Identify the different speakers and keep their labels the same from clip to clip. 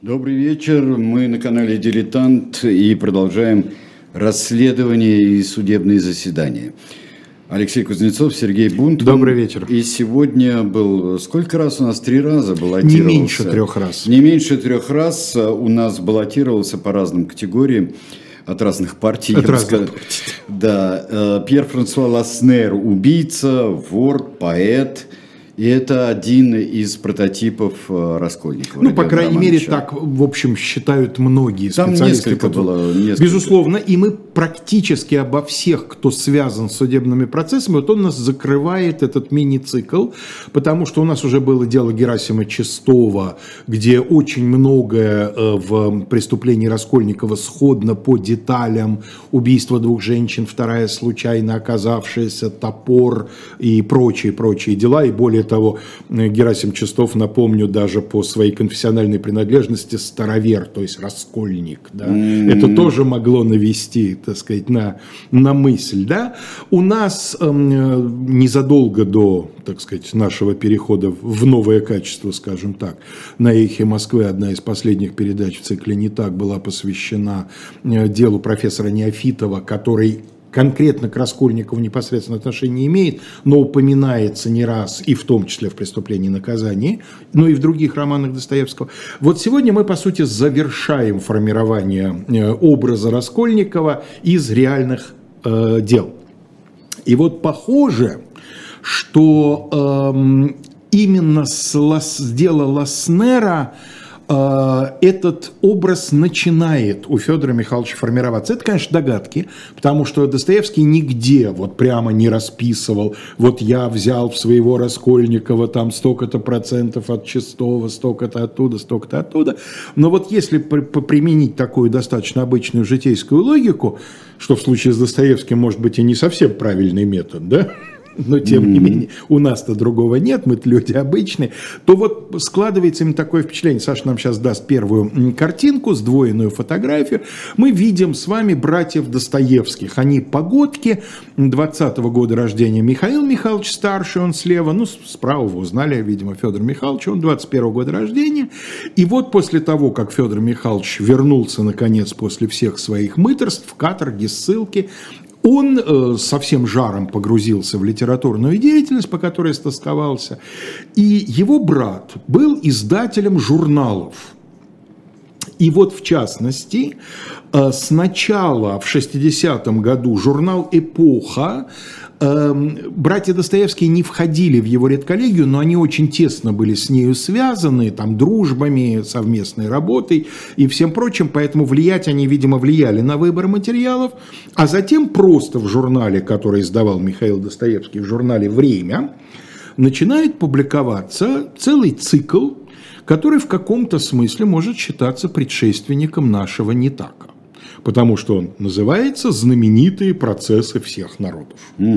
Speaker 1: Добрый вечер. Мы на канале «Дилетант» и продолжаем расследование и судебные заседания. Алексей Кузнецов, Сергей Бунтман.
Speaker 2: Добрый вечер.
Speaker 1: И сегодня был... Сколько раз у нас? 3 раза баллотировался?
Speaker 2: Не меньше 3 раз.
Speaker 1: Не меньше 3 раз у нас баллотировался по разным категориям, от разных партий.
Speaker 2: От разных партий.
Speaker 1: Да. Пьер-Франсуа Ласнер – убийца, вор, поэт. И это один из прототипов Раскольникова.
Speaker 2: Ну, по крайней мере, так, в общем, считают многие
Speaker 1: там
Speaker 2: специалисты.
Speaker 1: Несколько было.
Speaker 2: Безусловно, и мы практически обо всех, кто связан с судебными процессами, вот он нас закрывает, этот мини-цикл, потому что у нас уже было дело Герасима Чистова, где очень многое в преступлении Раскольникова сходно по деталям: убийство 2 женщин, 2-я случайно оказавшаяся, топор и прочие дела, и более того, Герасим Чистов, напомню, даже по своей конфессиональной принадлежности старовер, то есть раскольник. Да? Это тоже могло навести, так сказать, на мысль. Да? У нас незадолго до, так сказать, нашего перехода в новое качество, скажем так, на «Эхе Москвы» одна из последних передач в цикле «Не так» была посвящена делу профессора Неофитова, который конкретно к Раскольникову непосредственно отношения не имеет, но упоминается не раз, и в том числе в «Преступлении и наказании», но и в других романах Достоевского. Вот сегодня мы, по сути, завершаем формирование образа Раскольникова из реальных дел. И вот похоже, что именно с дела Ласнера этот образ начинает у Федора Михайловича формироваться. Это, конечно, догадки, потому что Достоевский нигде вот прямо не расписывал: вот я взял в своего Раскольникова там столько-то процентов от Чистого, столько-то оттуда. Но вот если применить такую достаточно обычную житейскую логику, что в случае с Достоевским может быть и не совсем правильный метод, да? Но тем не менее, у нас-то другого нет, мы-то люди обычные, то вот складывается им такое впечатление. Саша нам сейчас даст первую картинку, сдвоенную фотографию. Мы видим с вами братьев Достоевских. Они погодки, 20-го года рождения Михаил Михайлович старший, он слева, ну, справа вы узнали, видимо, Федор Михайлович, он 21-го года рождения. И вот после того, как Федор Михайлович вернулся, наконец, после всех своих мытарств, каторги, ссылки, он со всем жаром погрузился в литературную деятельность, по которой стосковался, и его брат был издателем журналов. И вот, в частности, сначала в 60-м году журнал «Эпоха», братья Достоевские не входили в его редколлегию, но они очень тесно были с нею связаны, там, дружбами, совместной работой и всем прочим, поэтому влиять они, видимо, влияли на выбор материалов, а затем просто в журнале, который издавал Михаил Достоевский, в журнале «Время», начинает публиковаться целый цикл, который в каком-то смысле может считаться предшественником нашего «Не така», потому что он называется «Знаменитые процессы всех народов».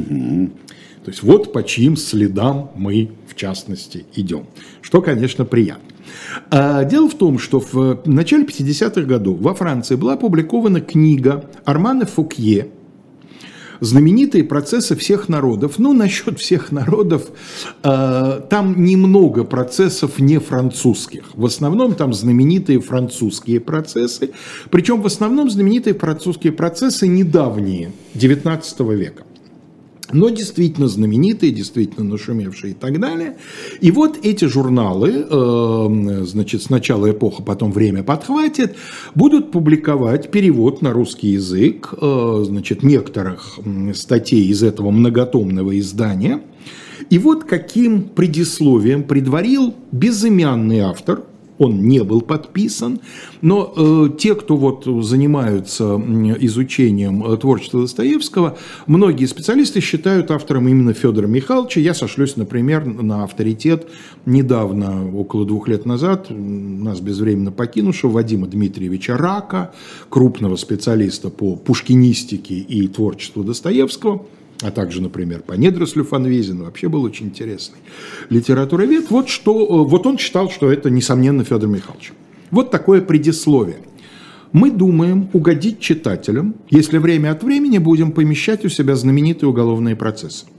Speaker 2: То есть вот по чьим следам мы, в частности, идем, что, конечно, приятно. Дело в том, что в начале 50-х годов во Франции была опубликована книга Армана Фукье «Знаменитые процессы всех народов». Ну, насчет всех народов, там немного процессов не французских. В основном там знаменитые французские процессы. Причем в основном знаменитые французские процессы недавние, 19 века. Но действительно знаменитые, действительно нашумевшие и так далее. И вот эти журналы, значит, сначала «Эпоха», потом «Время» подхватит, будут публиковать перевод на русский язык, значит, некоторых статей из этого многотомного издания. И вот каким предисловием предварил безымянный автор. Он не был подписан, но те, кто вот занимаются изучением творчества Достоевского, многие специалисты считают автором именно Федора Михайловича. Я сошлюсь, например, на авторитет недавно, около 2 лет назад, нас безвременно покинувшего Вадима Дмитриевича Рака, крупного специалиста по пушкинистике и творчеству Достоевского, а также, например, по недорослю Фанвизину, вообще был очень интересный литературовед. Вот он считал, что это, несомненно, Федор Михайлович. Вот такое предисловие. Мы думаем угодить читателям, если время от времени будем помещать у себя знаменитые уголовные процессы.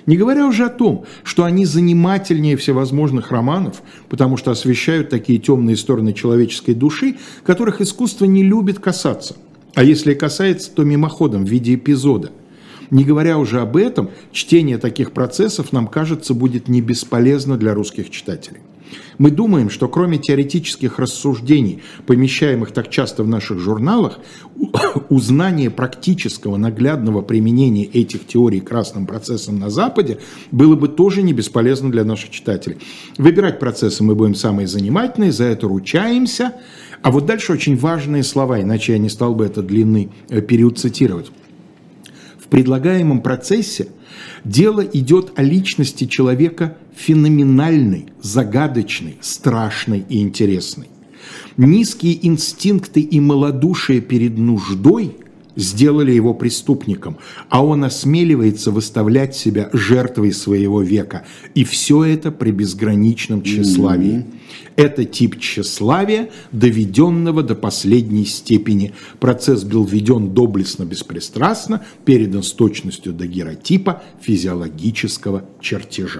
Speaker 2: Не говоря уже о том, что они занимательнее всевозможных романов, потому что освещают такие темные стороны человеческой души, которых искусство не любит касаться. А если и касается, то мимоходом в виде эпизода. Не говоря уже об этом, чтение таких процессов, нам кажется, будет не бесполезно для русских читателей. Мы думаем, что кроме теоретических рассуждений, помещаемых так часто в наших журналах, узнание практического наглядного применения этих теорий красным процессам на Западе было бы тоже не бесполезно для наших читателей. Выбирать процессы мы будем самые занимательные, за это ручаемся. А вот дальше очень важные слова, иначе я не стал бы этот длинный период цитировать. В предлагаемом процессе дело идет о личности человека феноменальной, загадочной, страшной и интересной. Низкие инстинкты и малодушие перед нуждой сделали его преступником, а он осмеливается выставлять себя жертвой своего века. И все это при безграничном тщеславии. Это тип тщеславия, доведенного до последней степени. Процесс был введен доблестно, беспристрастно, передан с точностью до геротипа физиологического чертежа.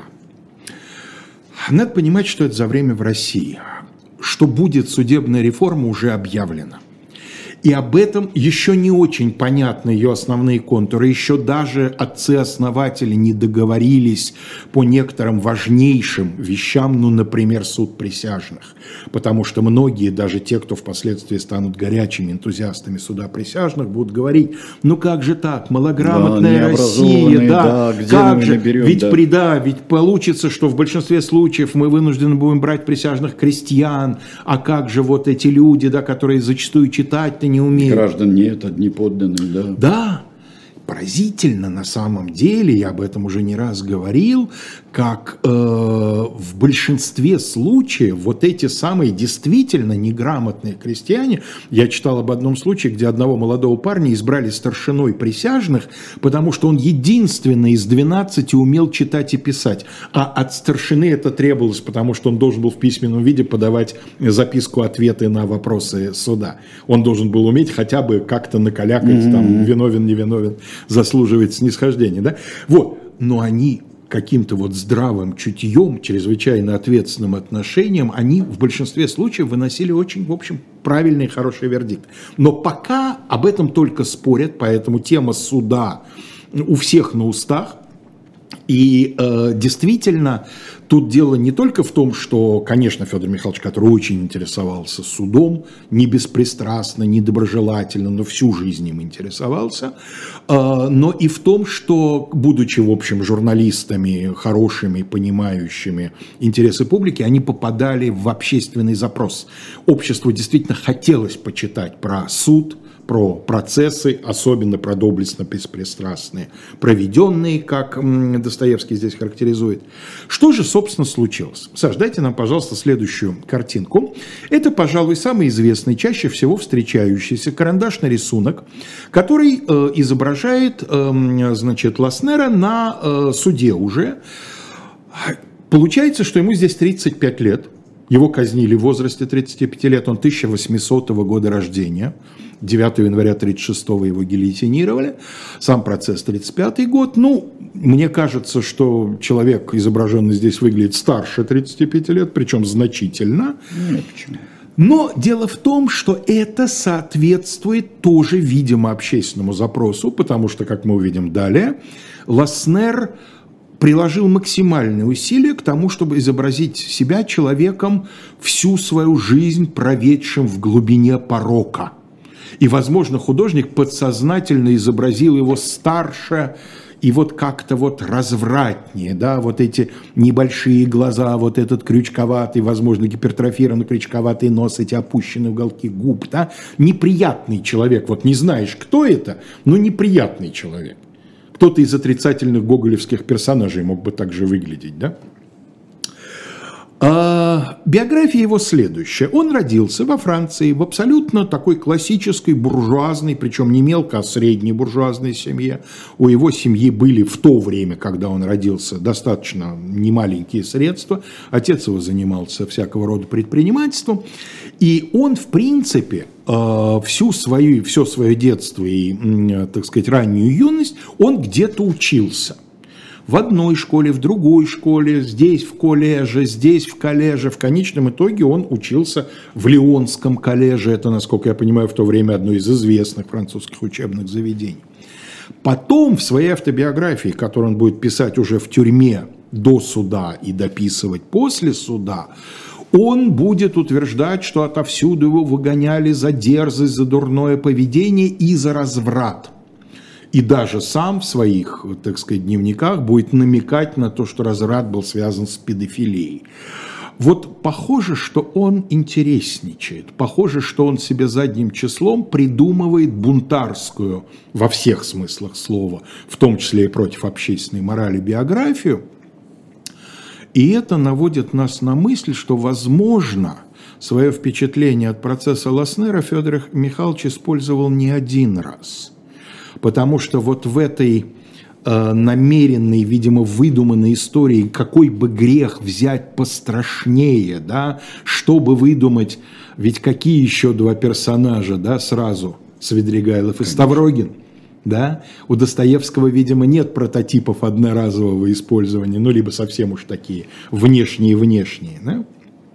Speaker 2: Надо понимать, что это за время в России. Что будет судебная реформа, уже объявлено. И об этом еще не очень понятны ее основные контуры. Еще даже отцы-основатели не договорились по некоторым важнейшим вещам, ну, например, суд присяжных. Потому что многие, даже те, кто впоследствии станут горячими энтузиастами суда присяжных, будут говорить, ну как же так, малограмотная Россия, да, как же, наберем, ведь получится, что в большинстве случаев мы вынуждены будем брать присяжных крестьян, а как же вот эти люди, да, которые зачастую читать-то не умеют.
Speaker 1: Граждан нет, одни подданные, да.
Speaker 2: Да, поразительно на самом деле, я об этом уже не раз говорил, как в большинстве случаев вот эти самые действительно неграмотные крестьяне, я читал об одном случае, где одного молодого парня избрали старшиной присяжных, потому что он единственный из 12 умел читать и писать, а от старшины это требовалось, потому что он должен был в письменном виде подавать записку-ответы на вопросы суда. Он должен был уметь хотя бы как-то накалякать, там, виновен, невиновен, заслуживает снисхождения, да? Вот, но они каким-то вот здравым чутьем, чрезвычайно ответственным отношением, они в большинстве случаев выносили очень, в общем, правильный и хороший вердикт. Но пока об этом только спорят, поэтому тема суда у всех на устах. И действительно, тут дело не только в том, что, конечно, Федор Михайлович, который очень интересовался судом, не беспристрастно, не доброжелательно, но всю жизнь им интересовался, но и в том, что, будучи, в общем, журналистами хорошими, понимающими интересы публики, они попадали в общественный запрос. Обществу действительно хотелось почитать про суд, про процессы, особенно про доблестно-беспристрастные, проведенные, как Достоевский здесь характеризует. Что же, собственно, случилось? Саш, дайте нам, пожалуйста, следующую картинку. Это, пожалуй, самый известный, чаще всего встречающийся карандашный рисунок, который изображает, значит, Ласнера на суде уже. Получается, что ему здесь 35 лет. Его казнили в возрасте 35 лет, он 1800 года рождения, 9 января 1936 его гильотинировали, сам процесс 1935 год. Ну, мне кажется, что человек, изображенный здесь, выглядит старше 35 лет, причем значительно.
Speaker 1: Нет, почему?
Speaker 2: Но дело в том, что это соответствует тоже, видимо, общественному запросу, потому что, как мы увидим далее, Ласнер приложил максимальные усилия к тому, чтобы изобразить себя человеком, всю свою жизнь проведшим в глубине порока. И, возможно, художник подсознательно изобразил его старше и вот как-то вот развратнее, да, вот эти небольшие глаза, вот этот крючковатый, возможно, гипертрофированный крючковатый нос, эти опущенные уголки губ, да, неприятный человек, вот не знаешь, кто это, но неприятный человек. Кто-то из отрицательных гоголевских персонажей мог бы так же выглядеть, да? Биография его следующая. Он родился во Франции в абсолютно такой классической буржуазной, причем не мелко, а средней буржуазной семье. У его семьи были в то время, когда он родился, достаточно немаленькие средства. Отец его занимался всякого рода предпринимательством. И он, в принципе, все свое детство и, так сказать, раннюю юность он где-то учился. в одной школе, в другой школе, здесь в коллеже, здесь в коллеже. В конечном итоге он учился в Лионском коллеже. Это, насколько я понимаю, в то время одно из известных французских учебных заведений. Потом в своей автобиографии, которую он будет писать уже в тюрьме до суда и дописывать после суда, он будет утверждать, что отовсюду его выгоняли за дерзость, за дурное поведение и за разврат. И даже сам в своих, так сказать, дневниках будет намекать на то, что разврат был связан с педофилией. Вот похоже, что он интересничает, похоже, что он себе задним числом придумывает бунтарскую, во всех смыслах слова, в том числе и против общественной морали, биографию. И это наводит нас на мысль, что, возможно, свое впечатление от процесса Ласнера Федор Михайлович использовал не один раз. Потому что вот в этой намеренной, видимо, выдуманной истории, какой бы грех взять пострашнее, да, чтобы выдумать, ведь какие еще два персонажа, да, сразу, Свидригайлов и Ставрогин, да, у Достоевского, видимо, нет прототипов одноразового использования, ну, либо совсем уж такие внешние, да.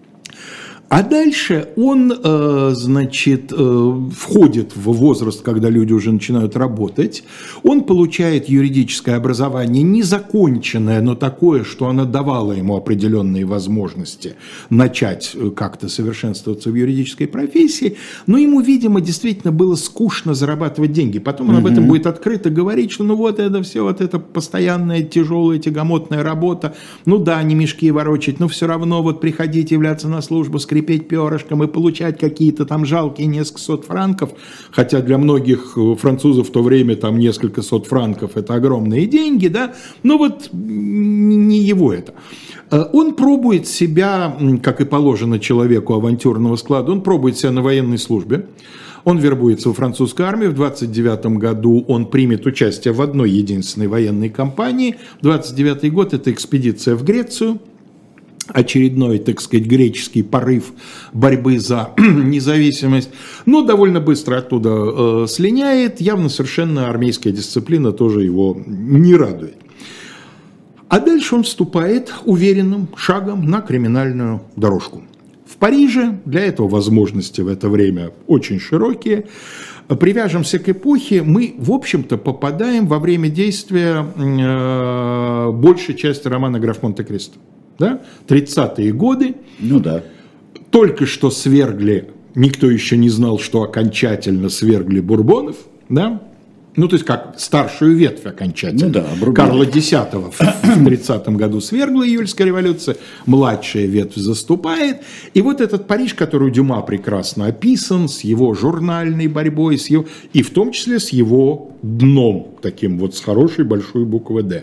Speaker 2: А дальше он, значит, входит в возраст, когда люди уже начинают работать. Он получает юридическое образование, незаконченное, но такое, что оно давало ему определенные возможности начать как-то совершенствоваться в юридической профессии. Но ему, видимо, действительно было скучно зарабатывать деньги. Потом он об этом будет открыто говорить, что ну вот это все, вот это постоянная тяжелая тягомотная работа. Ну да, не мешки ворочать, но все равно вот приходить, являться на службу, скрипеть перышком и получать какие-то там жалкие несколько сот франков, хотя для многих французов в то время там несколько сот франков это огромные деньги, да, но вот не его это. Он пробует себя, как и положено человеку авантюрного склада, он пробует себя на военной службе. Он вербуется во французской армии. В 29 году он примет участие в одной единственной военной кампании. 29 год – это экспедиция в Грецию. Очередной, так сказать, греческий порыв борьбы за независимость, но довольно быстро оттуда слиняет, явно совершенно армейская дисциплина тоже его не радует. А дальше он вступает уверенным шагом на криминальную дорожку. В Париже, для этого возможности в это время очень широкие, привяжемся к эпохе, мы, в общем-то, попадаем во время действия большей части романа «Граф Монте-Кристо». Да? 30-е годы,
Speaker 1: ну да. Только
Speaker 2: что свергли, никто еще не знал, что окончательно свергли Бурбонов, да? Ну, то есть, как старшую ветвь окончательно.
Speaker 1: Ну, да,
Speaker 2: Карла X в 30-м году свергла июльская революция, младшая ветвь заступает. И вот этот Париж, который у Дюма прекрасно описан, с его журнальной борьбой, с его, и в том числе с его дном, таким вот с хорошей большой буквы «Д».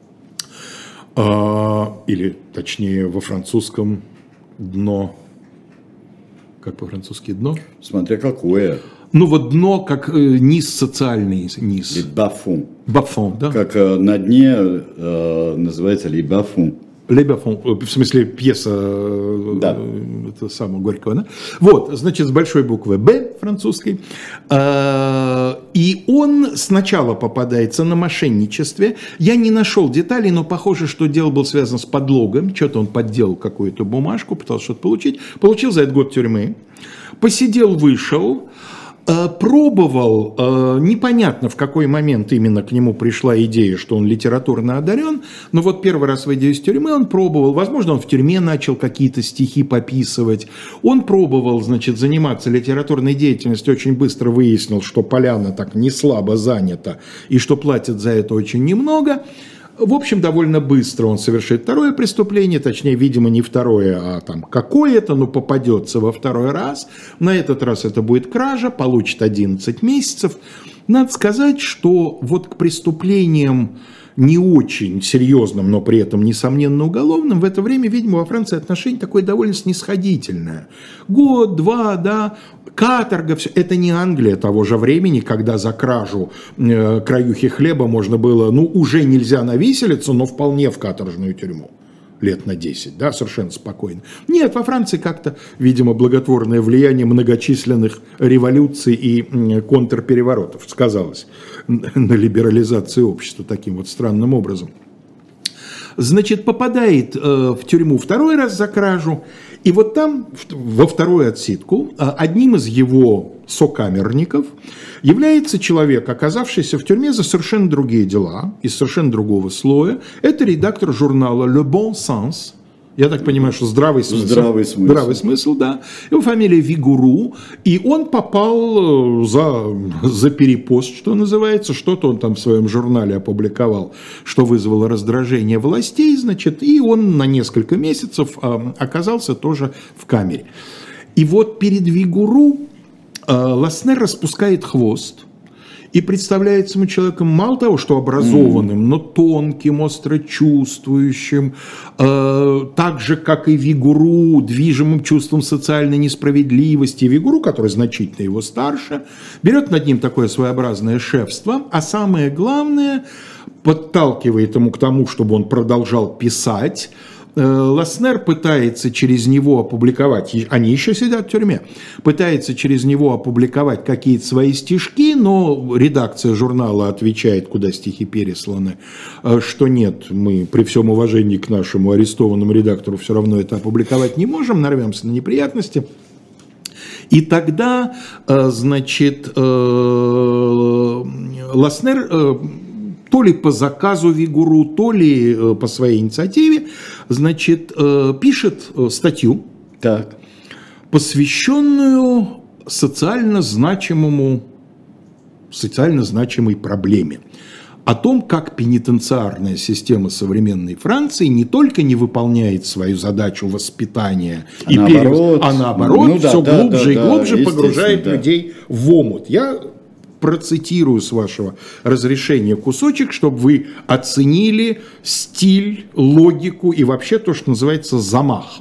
Speaker 2: Или, точнее, во французском дно. Как по-французски дно?
Speaker 1: Смотря какое.
Speaker 2: Ну, вот дно, как низ социальный, низ.
Speaker 1: Бафон.
Speaker 2: Бафон, да?
Speaker 1: Как на дне называется ли бафон.
Speaker 2: Ле Бафон, в смысле пьеса
Speaker 1: да.
Speaker 2: Это самого Горького, да? Вот, значит, с большой буквы «Б» французской. И он сначала попадается на мошенничестве. Я не нашел деталей, но похоже, что дело было связано с подлогом. Что-то он подделал какую-то бумажку, пытался что-то получить. Получил за этот год тюрьмы. Посидел, вышел. Пробовал, непонятно в какой момент именно к нему пришла идея, что он литературно одарен, но вот первый раз выйдя из тюрьмы он пробовал, возможно, он в тюрьме начал какие-то стихи пописывать, он пробовал, значит, заниматься литературной деятельностью, очень быстро выяснил, что поляна так не слабо занята и что платят за это очень немного. В общем, довольно быстро он совершит второе преступление, точнее, видимо, не второе, а там какое-то, но попадется во второй раз. На этот раз это будет кража, получит 11 месяцев. Надо сказать, что вот к преступлениям не очень серьезным, но при этом, несомненно, уголовным, в это время, видимо, во Франции отношение такое довольно снисходительное. Год, два, да, каторга, все. Это не Англия того же времени, когда за кражу краюхи хлеба можно было, ну, уже нельзя на виселицу, но вполне в каторжную тюрьму. Лет на 10, да, совершенно спокойно. Нет, во Франции как-то, видимо, благотворное влияние многочисленных революций и контрпереворотов сказалось на либерализации общества таким вот странным образом. Значит, попадает в тюрьму второй раз за кражу, и вот там, во вторую отсидку, одним из его сокамерников является человек, оказавшийся в тюрьме за совершенно другие дела, из совершенно другого слоя. Это редактор журнала «Le Bon Sens». Я так понимаю, что здравый смысл. Здравый смысл, да. Его фамилия Вигуру, и он попал за перепост, что называется. Что-то он там в своем журнале опубликовал, что вызвало раздражение властей, значит, и он на несколько месяцев оказался тоже в камере. И вот перед Вигуру Ласнер распускает хвост и представляется ему человеком мало того, что образованным, но тонким, острочувствующим, так же, как и Вигуру, движимым чувством социальной несправедливости. Вигуру, который значительно его старше, берет над ним такое своеобразное шефство, а самое главное, подталкивает ему к тому, чтобы он продолжал писать. Ласнер пытается через него опубликовать, они еще сидят в тюрьме, пытается через него опубликовать какие-то свои стишки, но редакция журнала отвечает, куда стихи пересланы, что нет, мы при всем уважении к нашему арестованному редактору все равно это опубликовать не можем, нарвемся на неприятности. И тогда, значит, Ласнер то ли по заказу Вигуру, то ли по своей инициативе, значит, пишет статью, посвященную социально значимой проблеме. О том, как пенитенциарная система современной Франции не только не выполняет свою задачу воспитания, а наоборот, все глубже и глубже погружает людей в омут. Я процитирую с вашего разрешения кусочек, чтобы вы оценили стиль, логику и вообще то, что называется замах.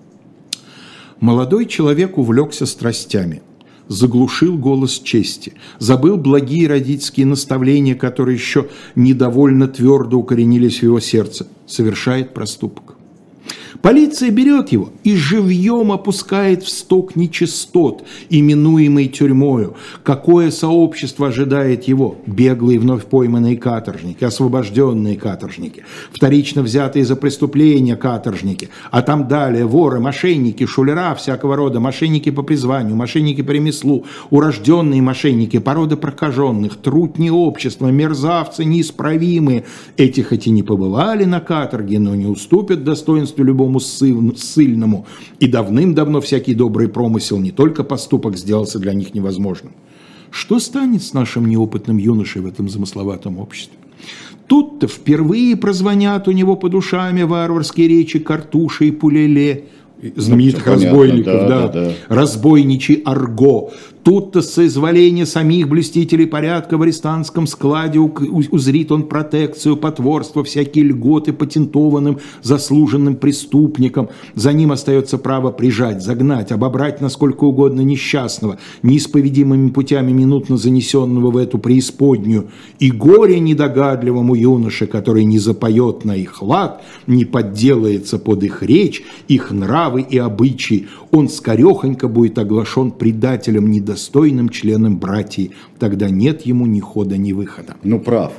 Speaker 2: Молодой человек увлекся страстями, заглушил голос чести, забыл благие родительские наставления, которые еще недовольно твердо укоренились в его сердце, совершает проступок. Полиция берет его и живьем опускает в сток нечистот, именуемый тюрьмою. Какое сообщество ожидает его? Беглые вновь пойманные каторжники, освобожденные каторжники, вторично взятые за преступления каторжники, а там далее воры, мошенники, шулера всякого рода, мошенники по призванию, мошенники по ремеслу, урожденные мошенники, порода прокаженных, трутни общества, мерзавцы неисправимые. Эти хоть и не побывали на каторге, но не уступят достоинству любому ссыльному, и давным-давно всякий добрый промысел, не только поступок, сделался для них невозможным. Что станет с нашим неопытным юношей в этом замысловатом обществе? Тут-то впервые прозвонят у него под ушами варварские речи Картуша и Пулеле, знаменитых разбойников, разбойничий арго. Тут-то с соизволения самих блюстителей порядка в арестантском складе узрит он протекцию, потворство, всякие льготы патентованным, заслуженным преступникам. За ним остается право прижать, загнать, обобрать насколько угодно несчастного, неисповедимыми путями минутно занесенного в эту преисподнюю. И горе недогадливому юноше, который не запоет на их лад, не подделается под их речь, их нравы и обычаи. Он скорехонько будет оглашен предателем недостойным членом братьи. Тогда нет ему ни хода, ни выхода.
Speaker 1: Ну, прав.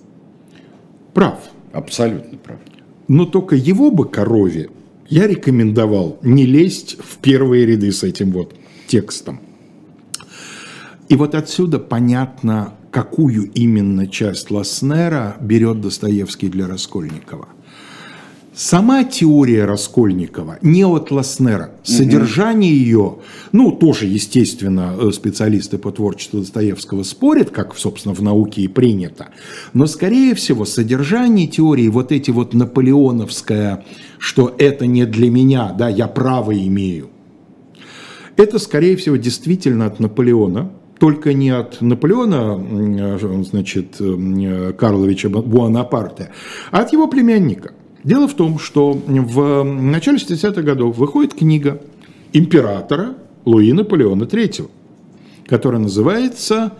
Speaker 2: Прав.
Speaker 1: Абсолютно прав.
Speaker 2: Но только его бы корове я рекомендовал не лезть в первые ряды с этим вот текстом. И вот отсюда понятно, какую именно часть Ласнера берет Достоевский для Раскольникова. Сама теория Раскольникова не от Ласнера. Содержание ее, ну, тоже, естественно, специалисты по творчеству Достоевского спорят, как, собственно, в науке и принято. Но, скорее всего, содержание теории, вот эти вот наполеоновское, что это не для меня, да, я право имею. Это, скорее всего, действительно от Наполеона. Только не от Наполеона, значит, Карловича Буонапарте, а от его племянника. Дело в том, что в начале 60-х годов выходит книга императора Луи Наполеона III, которая называется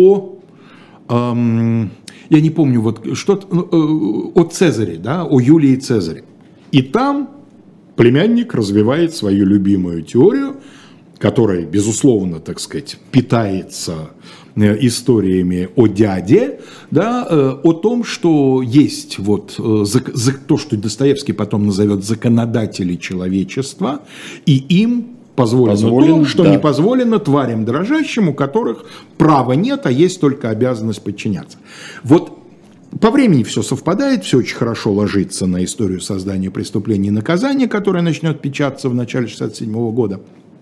Speaker 2: я не помню, вот что-то о Цезаре, да, о Юлии Цезаре. И там племянник развивает свою любимую теорию, который, безусловно, так сказать, питается историями о дяде, да, о том, что есть вот то, что Достоевский потом назовет законодатели человечества, и им позволено то, что не позволено тварям дрожащим, у которых права нет, а есть только обязанность подчиняться. Вот по времени все совпадает, все очень хорошо ложится на историю создания преступления и наказания, которая начнет печататься в начале 1967 года.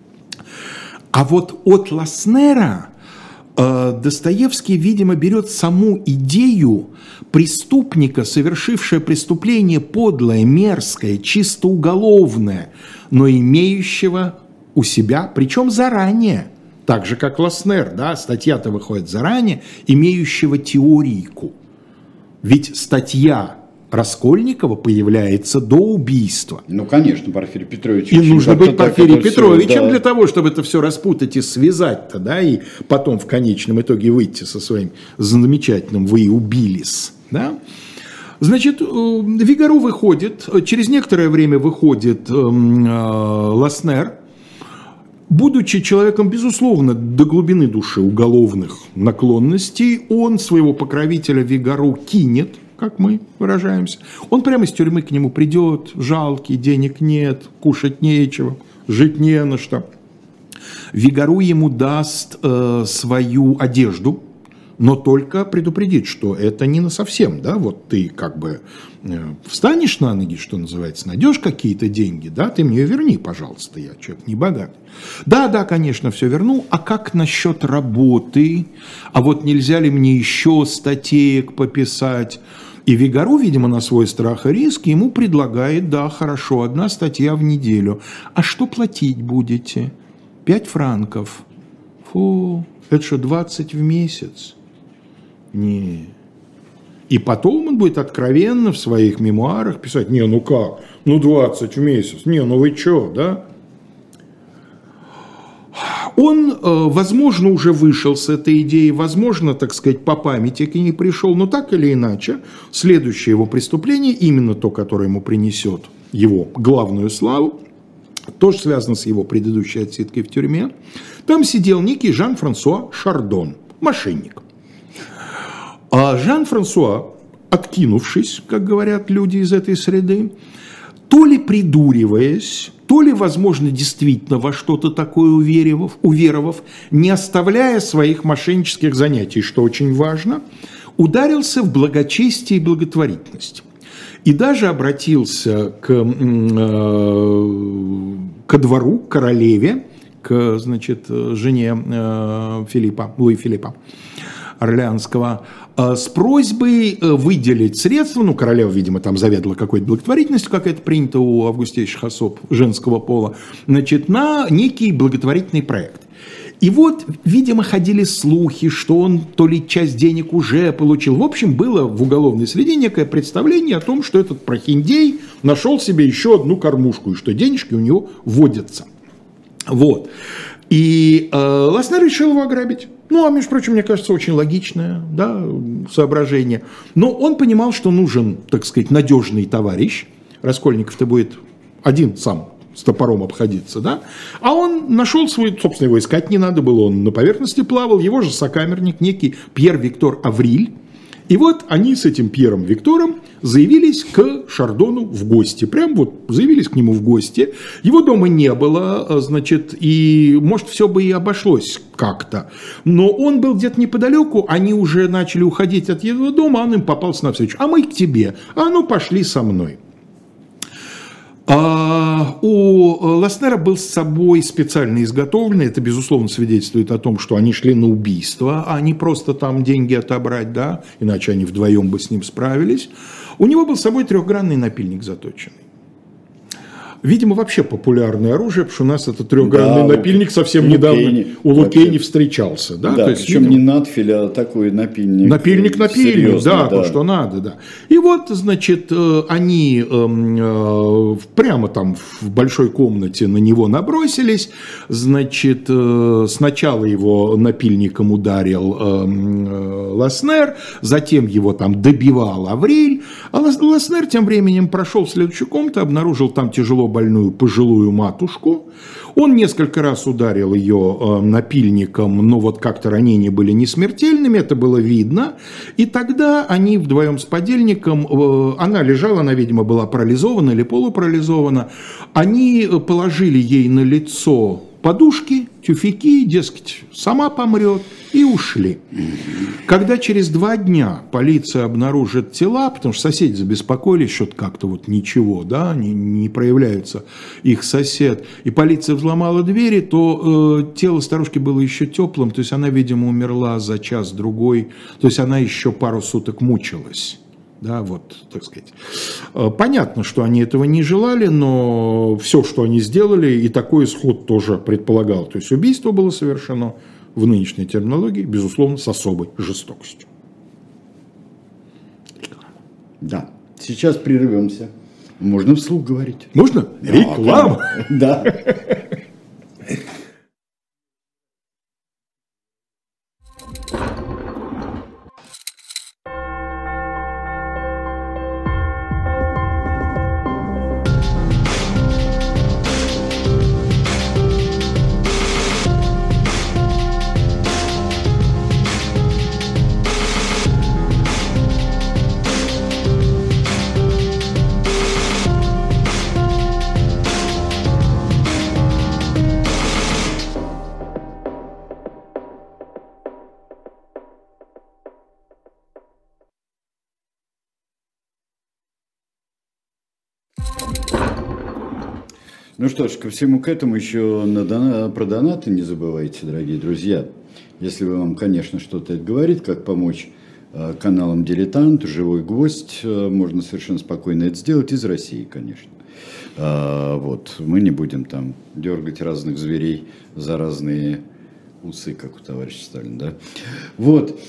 Speaker 2: А вот от Ласнера Достоевский, видимо, берет саму идею преступника, совершившего преступление подлое, мерзкое, чисто уголовное, но имеющего у себя, причем заранее, так же, как Ласнер, да, статья-то выходит заранее, имеющего теорийку. Ведь статья Раскольникова появляется до убийства.
Speaker 1: Ну, конечно, Порфирий Петрович.
Speaker 2: И нужно быть Порфирием Петровичем для того, чтобы это все распутать и связать-то, да, и потом в конечном итоге выйти со своим замечательным «Вы убились», да. Значит, Вигаро выходит, через некоторое время выходит Ласнер, будучи человеком, безусловно, до глубины души уголовных наклонностей, он своего покровителя Вигаро кинет, как мы выражаемся. Он прямо из тюрьмы к нему придет, жалкий, денег нет, кушать нечего, жить не на что. Вигаро ему даст свою одежду, но только предупредит, что это не насовсем, да, вот ты как бы встанешь на ноги, что называется, найдешь какие-то деньги, да, ты мне верни, пожалуйста, я человек не богатый. Да, конечно, все верну, а как насчет работы, а вот нельзя ли мне еще статеек пописать? И Вигаро, видимо, на свой страх и риск ему предлагает, да, хорошо, 1 статья в неделю, а что платить будете? 5 франков. Фу, это что, 20 в месяц? Не. И потом он будет откровенно в своих мемуарах писать: не, ну как, ну 20 в месяц, не, ну вы что, да? Он, возможно, уже вышел с этой идеей, возможно, так сказать, по памяти к ней пришел, но так или иначе, следующее его преступление, именно то, которое ему принесет его главную славу, тоже связано с его предыдущей отсидкой в тюрьме. Там сидел некий Жан-Франсуа Шардон, мошенник. А Жан-Франсуа, откинувшись, как говорят люди из этой среды, то ли придуриваясь, то ли, возможно, действительно во что-то такое уверовав, не оставляя своих мошеннических занятий, что очень важно, ударился в благочестие и благотворительность. И даже обратился ко двору, к королеве, к, значит, жене Луи Филиппа Орлеанского, с просьбой выделить средства, ну, королева, видимо, там заведовала какой-то благотворительностью, как это принято у августейших особ женского пола, значит, на некий благотворительный проект. И вот, видимо, ходили слухи, что он то ли часть денег уже получил. В общем, было в уголовной среде некое представление о том, что этот прохиндей нашел себе еще одну кормушку, и что денежки у него водятся. Вот. И Ласнер решил его ограбить. Ну, а, между прочим, мне кажется, очень логичное, да, соображение. Но он понимал, что нужен, так сказать, надежный товарищ. Раскольников-то будет один сам с топором обходиться, да. А он нашел свой, собственно, его искать не надо было, он на поверхности плавал, его же сокамерник, некий Пьер Виктор Авриль. И вот они с этим Пьером Виктором заявились к Шардону в гости. Прям вот заявились к нему в гости. Его дома не было, значит, и, может, все бы и обошлось как-то. Но он был где-то неподалеку, они уже начали уходить от его дома, он им попался навстречу. А мы к тебе. А ну, пошли со мной. У Ласнера был с собой специально изготовленный, это, безусловно, свидетельствует о том, что они шли на убийство, а не просто там деньги отобрать, да, иначе они вдвоем бы с ним справились. У него был с собой 3-гранный напильник заточенный. Видимо, вообще популярное оружие, потому что у нас этот 3-гранный напильник совсем недавно у Лукейни встречался. Да,
Speaker 1: да,
Speaker 2: то есть,
Speaker 1: причем не надфиль, а такой напильник.
Speaker 2: Напильник, да, то, что надо, да. И вот, значит, они прямо там в большой комнате на него набросились. Значит, сначала его напильником ударил Ласнер, затем его там добивал Авриль. А Ласнер тем временем прошел в следующую комнату, обнаружил там тяжело больную пожилую матушку. Он несколько раз ударил ее напильником, но вот как-то ранения были не смертельными, это было видно. И тогда они вдвоем с подельником, она лежала, она, видимо, была парализована или полупарализована, они положили ей на лицо подушки, тюфяки, дескать, сама помрет, и ушли. Когда через 2 дня полиция обнаружит тела, потому что соседи забеспокоились, что-то как-то вот ничего, да, не проявляется их сосед, и полиция взломала двери, то тело старушки было еще теплым, то есть она, видимо, умерла за час-другой, то есть она еще пару суток мучилась. Да, вот, так сказать. Понятно, что они этого не желали, но все, что они сделали, и такой исход тоже предполагал. То есть убийство было совершено в нынешней терминологии, безусловно, с особой жестокостью.
Speaker 1: Да, сейчас прервемся. Можно вслух говорить.
Speaker 2: Можно? Реклама.
Speaker 1: Да. Ну что ж, ко всему к этому еще про донаты не забывайте, дорогие друзья. Если вам, конечно, что-то это говорит, как помочь каналам «Дилетант», «Живой гвоздь», можно совершенно спокойно это сделать из России, конечно. Вот, мы не будем там дергать разных зверей за разные усы, как у товарища Сталина, да? Вот,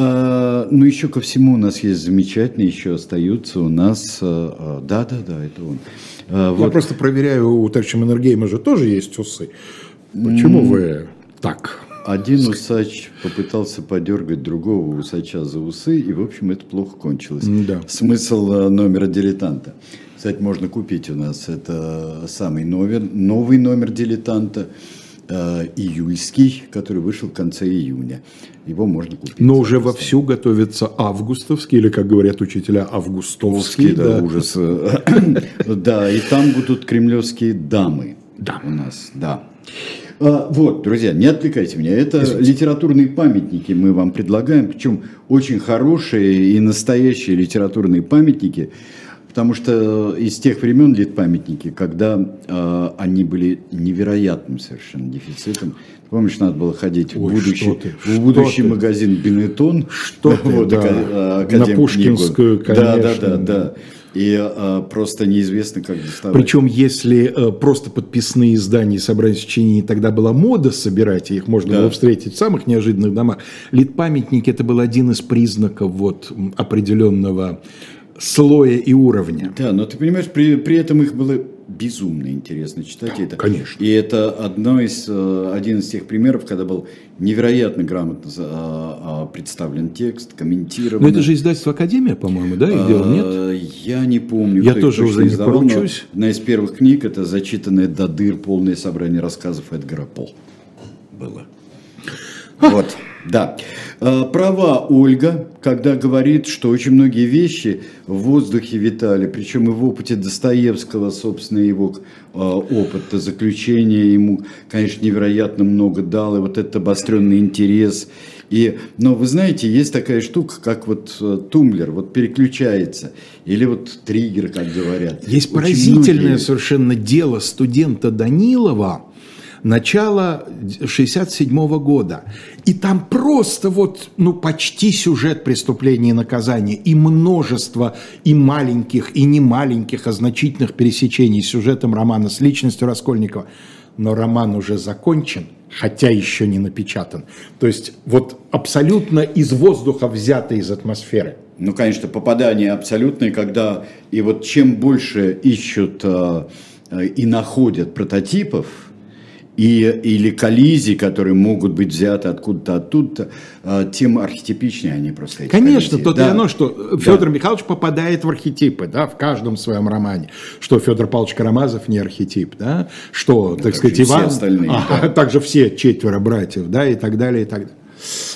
Speaker 1: ну еще ко всему у нас есть замечательные, еще остаются у нас, да, это он.
Speaker 2: Я вот просто проверяю, у товарища Маннергейма же тоже есть усы. Почему вы так?
Speaker 1: Один усач попытался подергать другого усача за усы, и, в общем, это плохо кончилось.
Speaker 2: Да.
Speaker 1: Смысл номера «Дилетанта». Кстати, можно купить у нас. Это самый новый номер «Дилетанта», июльский, который вышел в конце июня. Его можно купить.
Speaker 2: Но уже вовсю готовится августовский, или, как говорят учителя, августовский.
Speaker 1: Да, ужас. Да, и там будут кремлевские дамы у нас, да. Вот, друзья, не отвлекайте меня. Это литературные памятники мы вам предлагаем, причем очень хорошие и настоящие литературные памятники, потому что из тех времен литпамятники, когда они были невероятным совершенно дефицитом. Помнишь, надо было ходить в будущий магазин «Бенетон».
Speaker 2: На Пушкинскую, конечно.
Speaker 1: Да. И просто неизвестно, как доставать.
Speaker 2: Причем, если просто подписные издания и собрания сочинений тогда была мода собирать, и их можно было встретить в самых неожиданных домах, литпамятники – это был один из признаков вот определенного слоя и уровня.
Speaker 1: Да, но ты понимаешь, при этом их было безумно интересно читать. Это.
Speaker 2: Конечно.
Speaker 1: И это один из тех примеров, когда был невероятно грамотно представлен текст, комментирован.
Speaker 2: Но это же издательство «Академия», по-моему, да, их дело, нет?
Speaker 1: Я не помню.
Speaker 2: Я тоже уже не поручусь.
Speaker 1: Одна из первых книг – это зачитанное до дыр полное собрание рассказов Эдгара По. Было. Вот, да. Права Ольга, когда говорит, что очень многие вещи в воздухе витали, причем и в опыте Достоевского, собственно, его опыт заключения ему, конечно, невероятно много дал, и вот этот обостренный интерес. Но вы знаете, есть такая штука, как вот тумблер, вот переключается, или вот триггер, как говорят.
Speaker 2: Есть очень поразительное совершенно дело студента Данилова, начало 1967 года. И там просто вот, почти сюжет преступления и наказания. И множество и маленьких, и немаленьких, а значительных пересечений с сюжетом романа, с личностью Раскольникова. Но роман уже закончен, хотя еще не напечатан. То есть вот абсолютно из воздуха взято из атмосферы.
Speaker 1: Ну, конечно, попадание абсолютное, когда и вот чем больше ищут и находят прототипов, или коллизий, которые могут быть взяты откуда-то оттуда, тем архетипичнее они просто.
Speaker 2: Конечно, то и оно, что Федор Михайлович попадает в архетипы, да, в каждом своем романе, что Федор Павлович Карамазов не архетип, да, что, так сказать, Иван, остальные, да. Также все 4 братьев, да, и так далее, и так далее.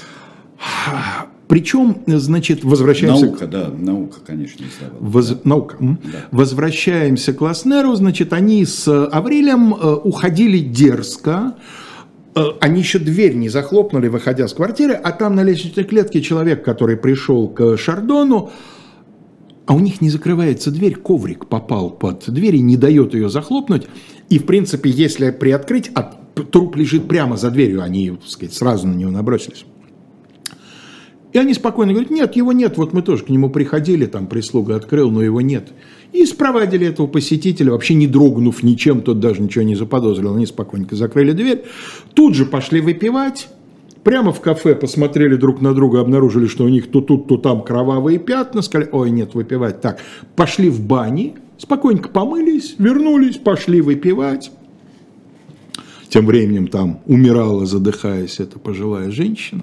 Speaker 2: Причем, значит, возвращаемся...
Speaker 1: Наука, конечно, издавала.
Speaker 2: Наука. Да. Возвращаемся к Ласнеру, значит, они с Аврилем уходили дерзко, они еще дверь не захлопнули, выходя с квартиры, а там на лестничной клетке человек, который пришел к Шардону, а у них не закрывается дверь, коврик попал под дверь и не дает ее захлопнуть, и, в принципе, если приоткрыть, труп лежит прямо за дверью, они, так сказать, сразу на него набросились. И они спокойно говорят, нет, его нет, вот мы тоже к нему приходили, там прислуга открыла, но его нет. И спровадили этого посетителя, вообще не дрогнув ничем, тот даже ничего не заподозрил, они спокойненько закрыли дверь. Тут же пошли выпивать, прямо в кафе посмотрели друг на друга, обнаружили, что у них то тут, то там кровавые пятна, сказали, ой, нет, выпивать. Так, пошли в бани, спокойненько помылись, вернулись, пошли выпивать. Тем временем там умирала, задыхаясь, эта пожилая женщина.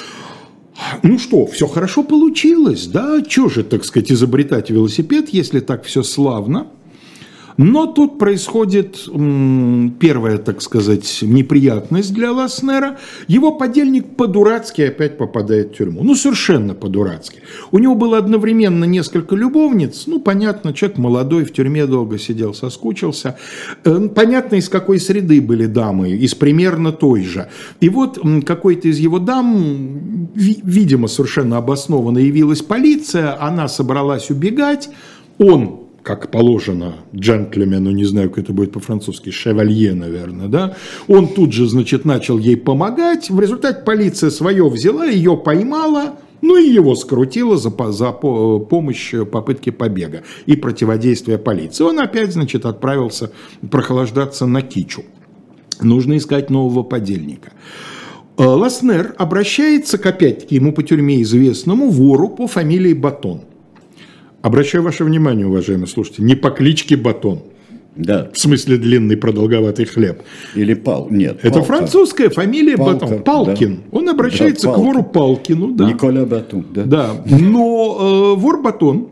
Speaker 2: Ну что, все хорошо получилось, да, чего же, так сказать, изобретать велосипед, если так все славно. Но тут происходит первая, так сказать, неприятность для Ласнера. Его подельник по-дурацки опять попадает в тюрьму. Ну, совершенно по-дурацки. У него было одновременно несколько любовниц. Ну, понятно, человек молодой, в тюрьме долго сидел, соскучился. Понятно, из какой среды были дамы, из примерно той же. И вот какой-то из его дам, видимо, совершенно обоснованно явилась полиция, она собралась убегать, он... как положено джентльмену, не знаю, как это будет по-французски, шевалье, наверное, да, он тут же, значит, начал ей помогать, в результате полиция свое взяла, ее поймала, ну и его скрутила за помощь попытке побега и противодействия полиции. Он опять, значит, отправился прохлаждаться на Кичу. Нужно искать нового подельника. Ласнер обращается к, опять-таки, ему по тюрьме известному вору по фамилии Батон. Обращаю ваше внимание, уважаемые слушатели, не по кличке Батон.
Speaker 1: Да.
Speaker 2: В смысле длинный продолговатый хлеб.
Speaker 1: Или Нет.
Speaker 2: Это французская фамилия Батон. Палкин. Да. Он обращается к вору Палкину. Да.
Speaker 1: Николя Батон. Да.
Speaker 2: Да. Но вор Батон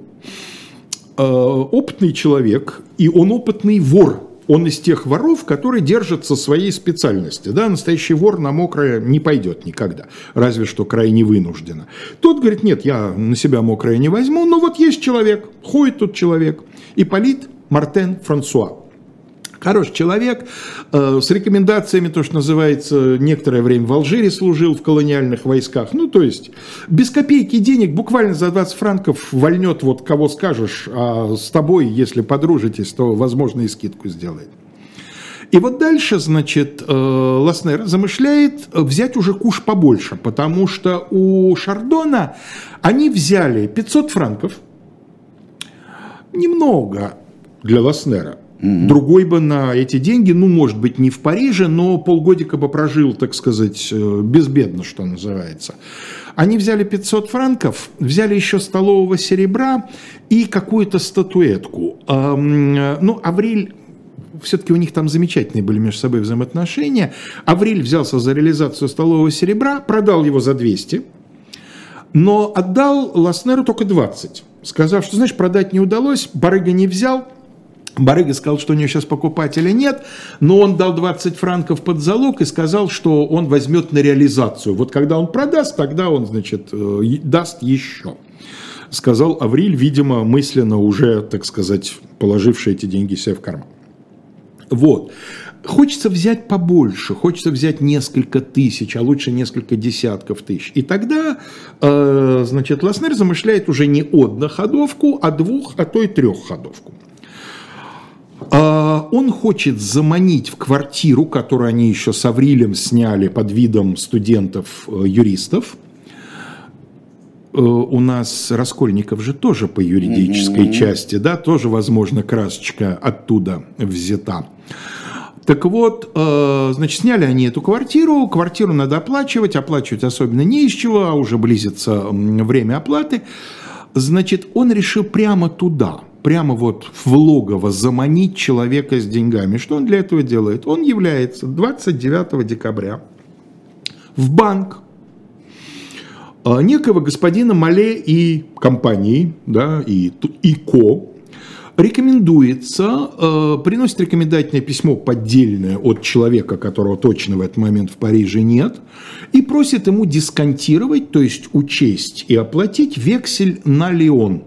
Speaker 2: опытный человек, и он опытный вор. Он из тех воров, которые держатся своей специальности. Да? Настоящий вор на мокрое не пойдет никогда, разве что крайне вынужденно. Тот говорит, нет, я на себя мокрое не возьму, но вот есть человек, ходит тут человек, Ипполит Мартен Франсуа. Хороший человек, с рекомендациями, то, что называется, некоторое время в Алжире служил в колониальных войсках. Ну, то есть, без копейки денег, буквально за 20 франков вольнет вот кого скажешь, а с тобой, если подружитесь, то, возможно, и скидку сделает. И вот дальше, значит, Ласнер замышляет взять уже куш побольше, потому что у Шардона они взяли 500 франков, немного для Ласнера. Другой бы на эти деньги, ну, может быть, не в Париже, но полгодика бы прожил, так сказать, безбедно, что называется. Они взяли 500 франков, взяли еще столового серебра и какую-то статуэтку. Ну, Авриль, все-таки у них там замечательные были между собой взаимоотношения. Авриль взялся за реализацию столового серебра, продал его за 200, но отдал Ласнеру только 20, сказав, что, знаешь, продать не удалось, барыга не взял. Барыга сказал, что у него сейчас покупателя нет, но он дал 20 франков под залог и сказал, что он возьмет на реализацию. Вот когда он продаст, тогда он, значит, даст еще. Сказал Авриль, видимо, мысленно уже, так сказать, положивший эти деньги себе в карман. Вот. Хочется взять побольше, хочется взять несколько тысяч, а лучше несколько десятков тысяч. И тогда, значит, Ласнер замышляет уже не одноходовку, а двух, а то и трехходовку. Он хочет заманить в квартиру, которую они еще с Аврилем сняли под видом студентов-юристов. У нас Раскольников же тоже по юридической части, да, тоже, возможно, красочка оттуда взята. Так вот, значит, сняли они эту квартиру надо оплачивать особенно не из чего, а уже близится время оплаты. Значит, он решил прямо туда, прямо вот в логово заманить человека с деньгами. Что он для этого делает? Он является 29 декабря в банк некого господина Мале и компании, да, и ко, рекомендуется, приносит рекомендательное письмо поддельное от человека, которого точно в этот момент в Париже нет, и просит ему дисконтировать, то есть учесть и оплатить вексель на Лион.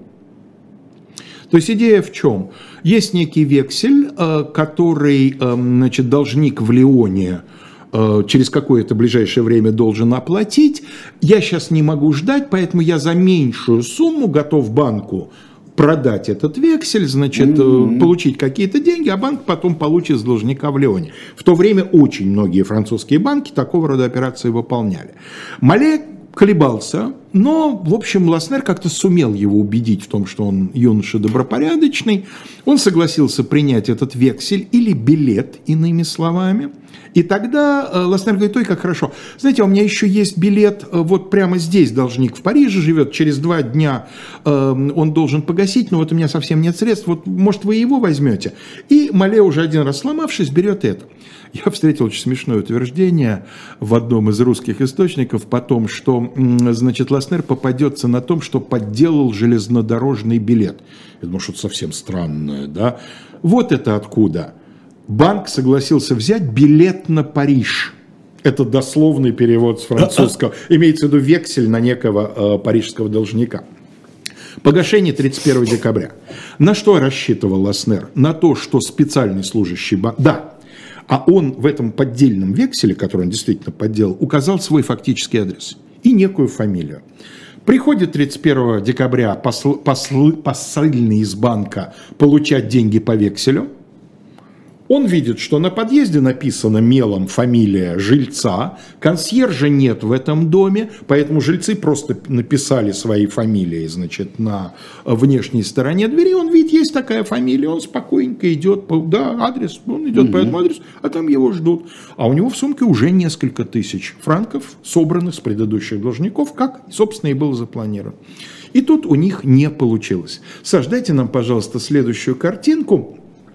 Speaker 2: То есть идея в чем? Есть некий вексель, который, значит, должник в Лионе через какое-то ближайшее время должен оплатить. Я сейчас не могу ждать, поэтому я за меньшую сумму готов банку продать этот вексель, значит, получить какие-то деньги, а банк потом получит с должника в Лионе. В то время очень многие французские банки такого рода операции выполняли. Мале колебался, но, в общем, Ласнер как-то сумел его убедить в том, что он юноша добропорядочный. Он согласился принять этот вексель или билет, иными словами. И тогда Ласнер говорит: ой, как хорошо. Знаете, у меня еще есть билет, вот прямо здесь должник в Париже живет, через 2 дня он должен погасить, но вот у меня совсем нет средств, вот, может, вы его возьмете? И Мале, уже один раз сломавшись, берет это. Я встретил очень смешное утверждение в одном из русских источников потом, что, значит, Ласнер попадется на том, что подделал железнодорожный билет. Я думаю, что-то совсем странное, да? Вот это откуда. Банк согласился взять билет на Париж. Это дословный перевод с французского. Имеется в виду вексель на некого парижского должника. Погашение 31 декабря. На что рассчитывал Ласнер? На то, что специальный служащий банка... Да, а он в этом поддельном векселе, который он действительно подделал, указал свой фактический адрес и некую фамилию. Приходит 31 декабря посыльный из банка получать деньги по векселю. Он видит, что на подъезде написана мелом фамилия жильца, консьержа нет в этом доме, поэтому жильцы просто написали свои фамилии, значит, на внешней стороне двери. Он видит, есть такая фамилия, он спокойненько идет, да, адрес, он идет по этому адресу, а там его ждут. А у него в сумке уже несколько тысяч франков, собранных с предыдущих должников, как, собственно, и было запланировано. И тут у них не получилось. Саш, дайте нам, пожалуйста, следующую картинку.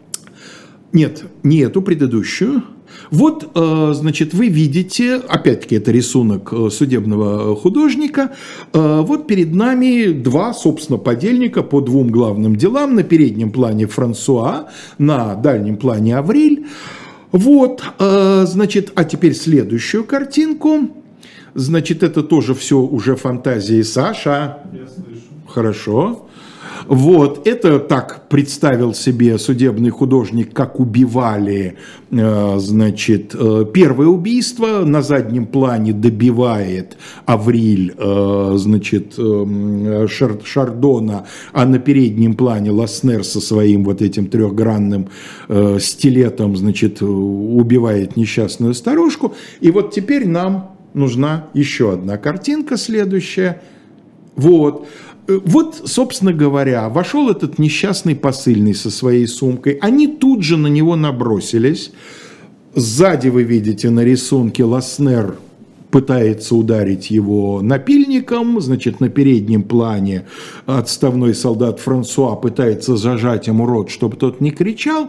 Speaker 2: Нет, не эту, предыдущую. Вот, значит, вы видите, опять-таки, это рисунок судебного художника. Вот перед нами 2, собственно, подельника по 2 главным делам. На переднем плане Франсуа, на дальнем плане Авриль. Вот, значит, а теперь следующую картинку. Значит, это тоже все уже фантазии Саша. Я слышу. Хорошо. Вот, это так представил себе судебный художник, как убивали, значит, первое убийство. На заднем плане добивает Авриль, значит, Шардона, а на переднем плане Ласнер со своим вот этим 3-гранным стилетом, значит, убивает несчастную старушку. И вот теперь нам нужна еще одна картинка следующая. Вот. Вот, собственно говоря, вошел этот несчастный посыльный со своей сумкой. Они тут же на него набросились. Сзади вы видите на рисунке Ласнер пытается ударить его напильником. Значит, на переднем плане отставной солдат Франсуа пытается зажать ему рот, чтобы тот не кричал.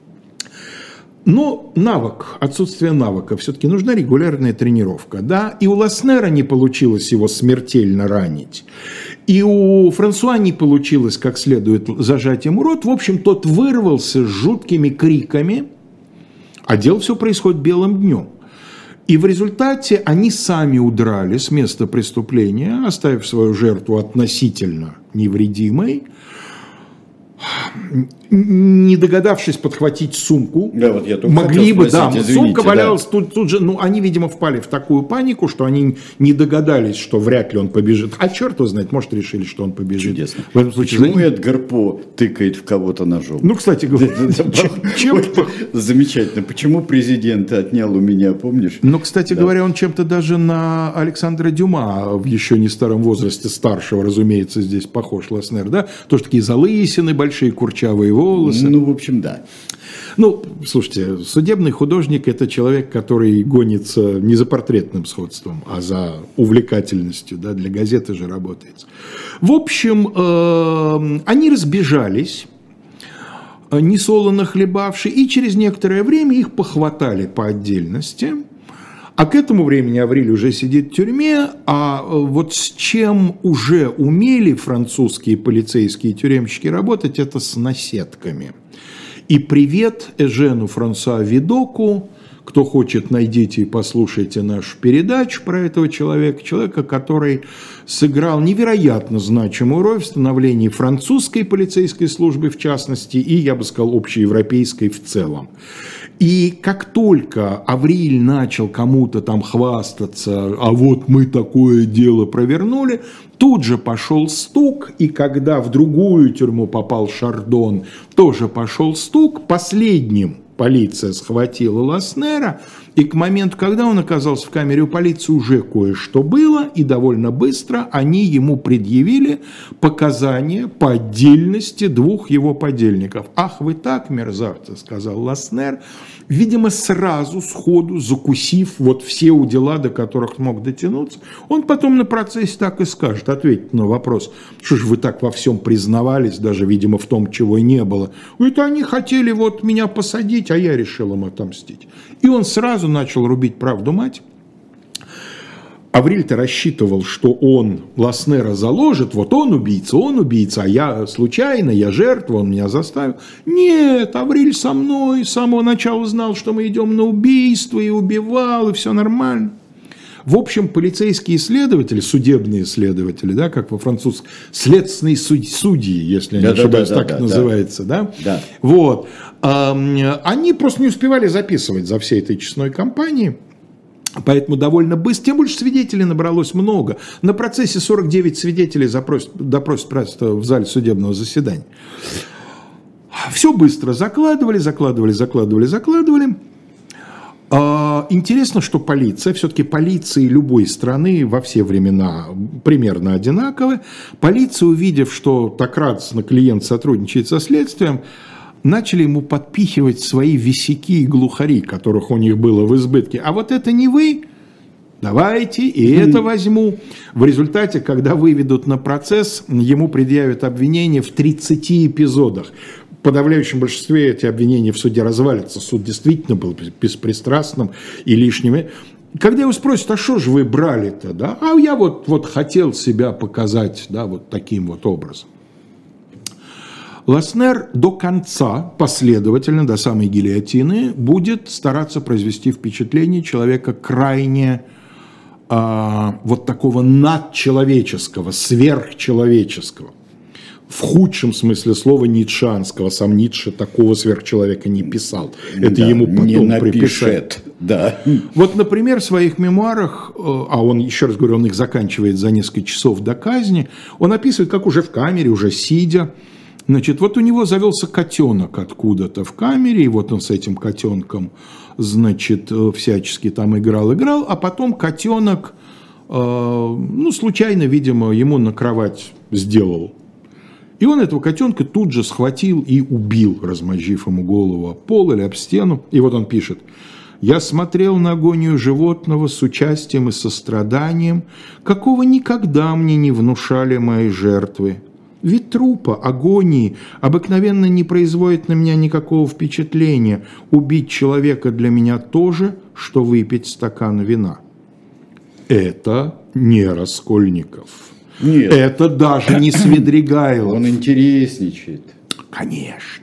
Speaker 2: Но навык, отсутствие навыка, все-таки нужна регулярная тренировка. Да? И у Ласнера не получилось его смертельно ранить. И у Франсуа не получилось как следует зажать ему рот. В общем, тот вырвался с жуткими криками, а дело все происходит белым днем. И в результате они сами удрали с места преступления, оставив свою жертву относительно невредимой, не догадавшись подхватить сумку,
Speaker 1: да, вот я
Speaker 2: могли бы,
Speaker 1: спросить,
Speaker 2: да,
Speaker 1: извините,
Speaker 2: сумка валялась
Speaker 1: да.
Speaker 2: тут же, ну, они, видимо, впали в такую панику, что они не догадались, что вряд ли он побежит. А черт его знает, может, решили, что он побежит.
Speaker 1: Чудесно.
Speaker 2: В этом случае,
Speaker 1: почему Эдгар По тыкает в кого-то ножом?
Speaker 2: Ну, кстати говоря,
Speaker 1: замечательно. Почему президент отнял у меня, помнишь?
Speaker 2: Ну, кстати говоря, он чем-то даже на Александра Дюма в еще не старом возрасте, старшего, разумеется, здесь похож Ласнер, да? Тоже такие залысины, большие курчавые волосы.
Speaker 1: Ну, в общем, да.
Speaker 2: Ну, слушайте, судебный художник – это человек, который гонится не за портретным сходством, а за увлекательностью, да, для газеты же работает. В общем, они разбежались, несолоно хлебавший, и через некоторое время их похватали по отдельности. А к этому времени Авриль уже сидит в тюрьме, а вот с чем уже умели французские полицейские тюремщики работать, это с наседками. И привет Эжену Франсуа Видоку. Кто хочет, найдите и послушайте нашу передачу про этого человека, который сыграл невероятно значимую роль в становлении французской полицейской службы в частности и, я бы сказал, общеевропейской в целом. И как только Авриль начал кому-то там хвастаться, а вот мы такое дело провернули, тут же пошел стук, и когда в другую тюрьму попал Шардон, тоже пошел стук. Последним полиция схватила Ласнера, и к моменту, когда он оказался в камере у полиции, уже кое-что было, и довольно быстро они ему предъявили показания по отдельности двух его подельников. «Ах, вы так, мерзавцы», — сказал Ласнер, видимо, сразу, сходу закусив вот все удила, до которых мог дотянуться. Он потом на процессе так и скажет, ответит на вопрос, что же вы так во всем признавались, даже, видимо, в том, чего не было. Говорит, они хотели вот меня посадить, а я решил им отомстить. И он сразу начал рубить правду мать. Авриль-то рассчитывал, что он Ласнера заложит, вот он убийца, а я случайно, я жертва, он меня заставил. Нет, Авриль со мной с самого начала знал, что мы идем на убийство, и убивал, и все нормально. В общем, полицейские следователи, судебные следователи, да, как во французском, следственные судьи, если я не ошибаюсь, так это называется, да?
Speaker 1: Да.
Speaker 2: Вот. Они просто не успевали записывать за всей этой честной кампанией. Поэтому довольно быстро, тем больше свидетелей набралось много. На процессе 49 свидетелей допросят просто в зале судебного заседания. Все быстро закладывали. Интересно, что полиция, все-таки полиции любой страны во все времена примерно одинаковы. Полиция, увидев, что так радостно клиент сотрудничает со следствием, начали ему подпихивать свои висяки и глухари, которых у них было в избытке. А вот это не вы, давайте и это возьму. В результате, когда выведут на процесс, ему предъявят обвинение в 30 эпизодах. В подавляющем большинстве эти обвинения в суде развалятся. Суд действительно был беспристрастным и лишним. Когда его спросят, а что же вы брали-то, да? А я вот хотел себя показать, да, вот таким вот образом. Ласнер до конца, последовательно, до самой гильотины, будет стараться произвести впечатление человека крайне вот такого надчеловеческого, сверхчеловеческого. В худшем смысле слова ницшанского. Сам Ницше такого сверхчеловека не писал. Это да, ему потом припишет. Да. Вот, например, в своих мемуарах, а он, еще раз говорю, он их заканчивает за несколько часов до казни, он описывает, как уже в камере, уже сидя, значит, вот у него завелся котенок откуда-то в камере, и вот он с этим котенком, значит, всячески там играл, а потом котенок, ну, случайно, видимо, ему на кровать сделал. И он этого котенка тут же схватил и убил, размозжив ему голову об пол или об стену. И вот он пишет. «Я смотрел на агонию животного с участием и состраданием, какого никогда мне не внушали мои жертвы. Вид трупа, агонии обыкновенно не производит на меня никакого впечатления. Убить человека для меня то же, что выпить стакан вина». Это не Раскольников.
Speaker 1: Нет.
Speaker 2: Это даже не Свидригайлов.
Speaker 1: Он интересничает.
Speaker 2: Конечно.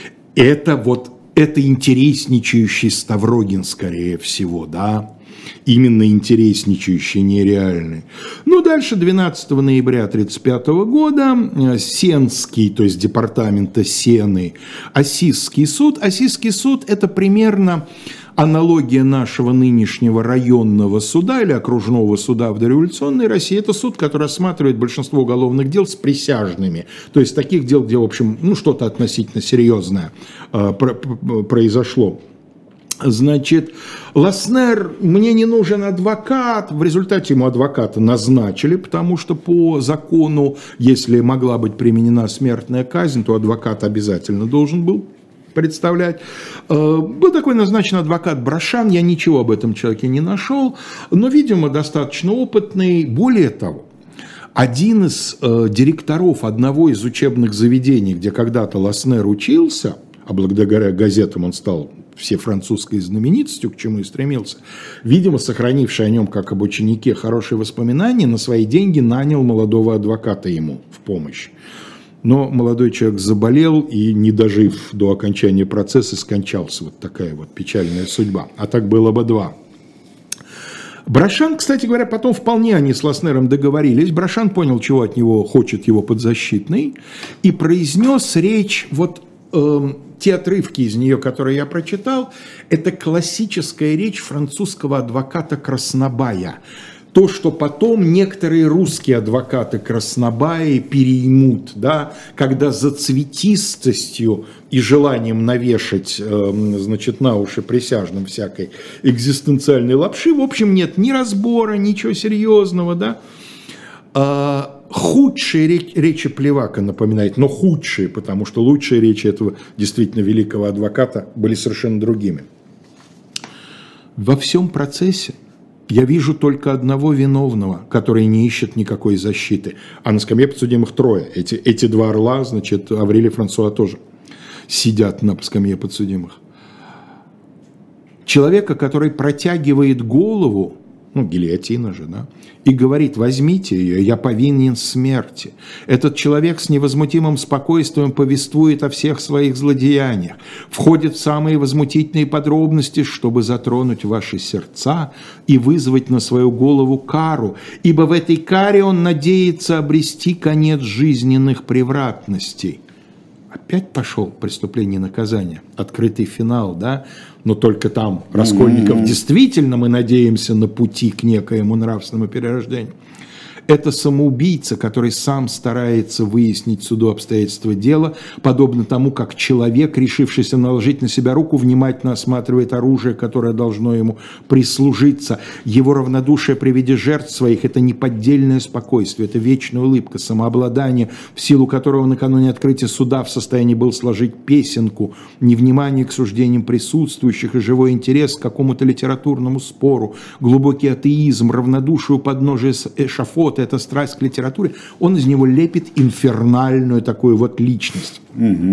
Speaker 2: Это интересничающий Ставрогин, скорее всего, да. Именно интересничающий, нереальный. Ну, дальше, 12 ноября 1935 года, Сенский, то есть департамента Сены, Ассизский суд. Ассизский суд – это примерно аналогия нашего нынешнего районного суда или окружного суда в дореволюционной России. Это суд, который рассматривает большинство уголовных дел с присяжными. То есть таких дел, где, в общем, ну, что-то относительно серьезное произошло. Значит, Ласнер, мне не нужен адвокат. В результате ему адвоката назначили, потому что по закону, если могла быть применена смертная казнь, то адвокат обязательно должен был представлять. Был такой назначен адвокат Брашан, я ничего об этом человеке не нашел, но, видимо, достаточно опытный. Более того, один из директоров одного из учебных заведений, где когда-то Ласнер учился, а благодаря газетам он стал всефранцузской знаменитостью, к чему и стремился, видимо, сохранивший о нем, как об ученике, хорошие воспоминания, на свои деньги нанял молодого адвоката ему в помощь. Но молодой человек заболел и, не дожив до окончания процесса, скончался. Вот такая вот печальная судьба. А так было бы два. Брашан, кстати говоря, потом вполне они с Ласнером договорились. Брашан понял, чего от него хочет его подзащитный, и произнес речь, вот те отрывки из нее, которые я прочитал, это классическая речь французского адвоката Краснобая. То, что потом некоторые русские адвокаты Краснобаи переймут, да, когда за цветистостью и желанием навешать, значит, на уши присяжным всякой экзистенциальной лапши, в общем, нет ни разбора, ничего серьезного, да. Худшие речи Плевака напоминает, но худшие, потому что лучшие речи этого действительно великого адвоката были совершенно другими. Во всем процессе я вижу только одного виновного, который не ищет никакой защиты. А на скамье подсудимых трое. Эти два орла, значит, Аврелий и Франсуа тоже сидят на скамье подсудимых. Человека, который протягивает голову, ну, гильотина же, да, и говорит: возьмите ее, я повинен смерти. Этот человек с невозмутимым спокойствием повествует о всех своих злодеяниях, входит в самые возмутительные подробности, чтобы затронуть ваши сердца и вызвать на свою голову кару, ибо в этой каре он надеется обрести конец жизненных превратностей. Опять пошел преступление и наказание, открытый финал, да, но только там Раскольников действительно, мы надеемся, на пути к некоему нравственному перерождению. Это самоубийца, который сам старается выяснить суду обстоятельства дела, подобно тому, как человек, решившийся наложить на себя руку, внимательно осматривает оружие, которое должно ему прислужиться. Его равнодушие при виде жертв своих – это неподдельное спокойствие, это вечная улыбка, самообладание, в силу которого накануне открытия суда в состоянии был сложить песенку, невнимание к суждениям присутствующих и живой интерес к какому-то литературному спору, глубокий атеизм, равнодушие у подножия эшафота, эта страсть к литературе, он из него лепит инфернальную такую вот личность.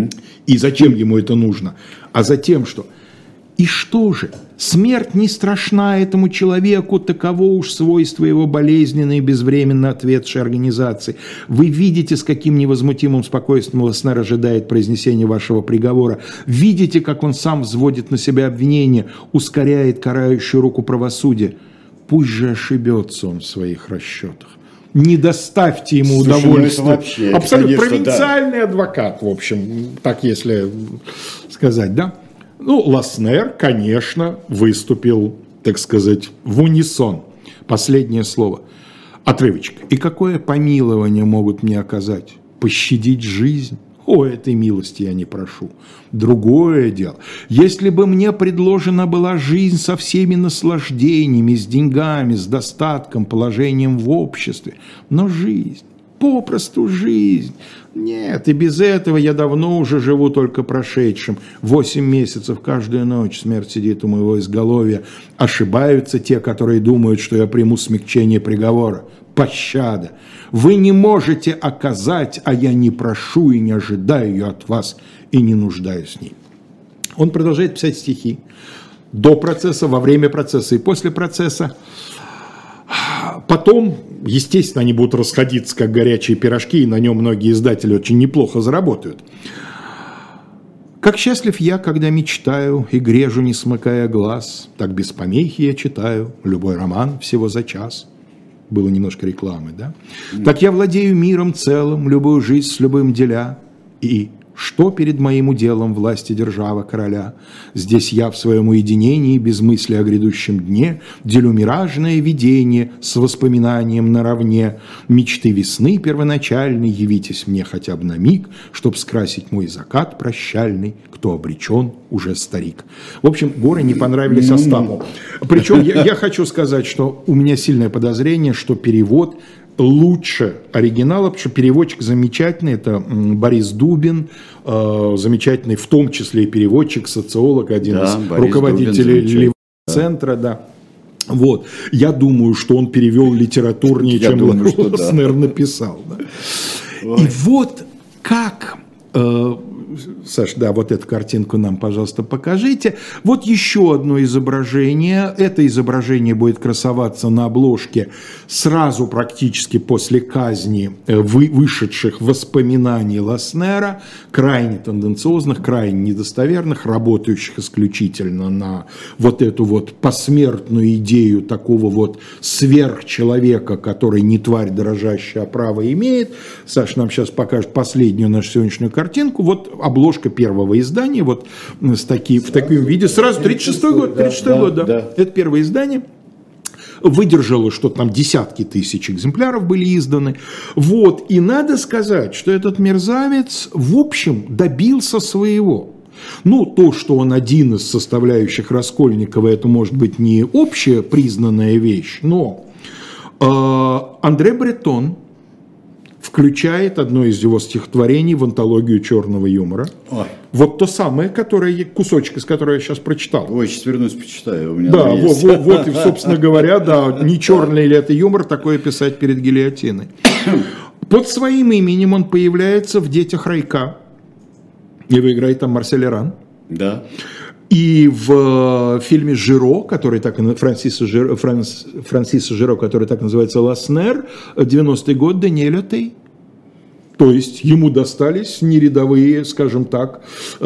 Speaker 2: И зачем ему это нужно? А затем, что? И что же? Смерть не страшна этому человеку, таково уж свойство его болезненной и безвременно ответшей организации. Вы видите, с каким невозмутимым спокойствием Ласнер ожидает произнесения вашего приговора. Видите, как он сам взводит на себя обвинение, ускоряет карающую руку правосудия. Пусть же ошибется он в своих расчетах. Не доставьте ему удовольствия.
Speaker 1: Ну вообще,
Speaker 2: абсолютно
Speaker 1: конечно,
Speaker 2: провинциальный адвокат, в общем, так если сказать, да? Ну, Ласнер, конечно, выступил, так сказать, в унисон. Последнее слово. Отрывочек. И какое помилование могут мне оказать? Пощадить жизнь? О, этой милости я не прошу. Другое дело. Если бы мне предложена была жизнь со всеми наслаждениями, с деньгами, с достатком, положением в обществе. Но жизнь, попросту жизнь. Нет, и без этого я давно уже живу только прошедшим. 8 месяцев каждую ночь смерть сидит у моего изголовья. Ошибаются те, которые думают, что я приму смягчение приговора. Пощада. Вы не можете оказать, а я не прошу и не ожидаю ее от вас, и не нуждаюсь в ней. Он продолжает писать стихи до процесса, во время процесса и после процесса. Потом, естественно, они будут расходиться, как горячие пирожки, и на нем многие издатели очень неплохо заработают. Как счастлив я, когда мечтаю и грежу, не смыкая глаз, так без помехи я читаю любой роман всего за час. Было немножко рекламы, да? Так я владею миром целым, любую жизнь с любым деля. И что перед моим уделом власти держава короля? Здесь я в своем уединении, без мысли о грядущем дне, делю миражное видение с воспоминанием наравне. Мечты весны первоначальной, явитесь мне хотя бы на миг, чтоб скрасить мой закат прощальный, кто обречен уже старик. В общем, горы не понравились Остапу. Причем я хочу сказать, что у меня сильное подозрение, что перевод лучше оригинала, потому что переводчик замечательный, это Борис Дубин, замечательный, в том числе и переводчик, социолог, один из руководителей Левого центра, да. Вот. Я думаю, что он перевел литературнее, чем Ласнер написал. Да. И вот как Саш, да, вот эту картинку нам, пожалуйста, покажите. Вот еще одно изображение. Это изображение будет красоваться на обложке сразу практически после казни вышедших воспоминаний Ласнера, крайне тенденциозных, крайне недостоверных, работающих исключительно на вот эту вот посмертную идею такого вот сверхчеловека, который не тварь дрожащая, а право имеет. Саша нам сейчас покажет последнюю нашу сегодняшнюю картинку. Вот обложка первого издания, вот в таком виде. Сразу 36-й год, 36-й год, да. Это первое издание. Выдержало, что там десятки тысяч экземпляров были изданы. Вот. И надо сказать, что этот мерзавец, в общем, добился своего. Ну, то, что он один из составляющих Раскольникова, это может быть не общепризнанная вещь, но Андре Бретон включает одно из его стихотворений в антологию черного юмора. Ой. Вот то самое, кусочек из которого я сейчас прочитал.
Speaker 1: Ой, сейчас вернусь, почитаю. У меня
Speaker 2: да, вот, и, собственно говоря, да, не черный ли это юмор, такое писать перед гильотиной. Под своим именем он появляется в «Детях райка». И играет там Марсель Эран.
Speaker 1: Да.
Speaker 2: И в фильме «Жиро», который так, Франсиса Жиро, который так называется «Ласнер», 90-й год, Даниэль Отей. То есть ему достались нерядовые, скажем так,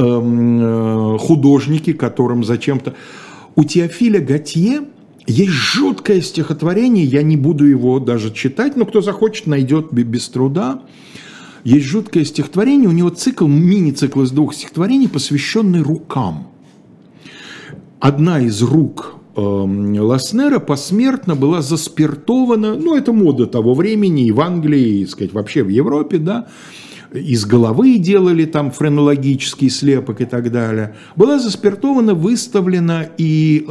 Speaker 2: художники, которым зачем-то... У Теофиля Готье есть жуткое стихотворение, я не буду его даже читать, но кто захочет, найдет без труда. Есть жуткое стихотворение, у него цикл, мини-цикл из 2 стихотворений, посвященный рукам. Одна из рук Ласнера посмертно была заспиртована, ну, это мода того времени, и в Англии, и, сказать, вообще в Европе, да, из головы делали там френологический слепок и так далее. Была заспиртована, выставлена, и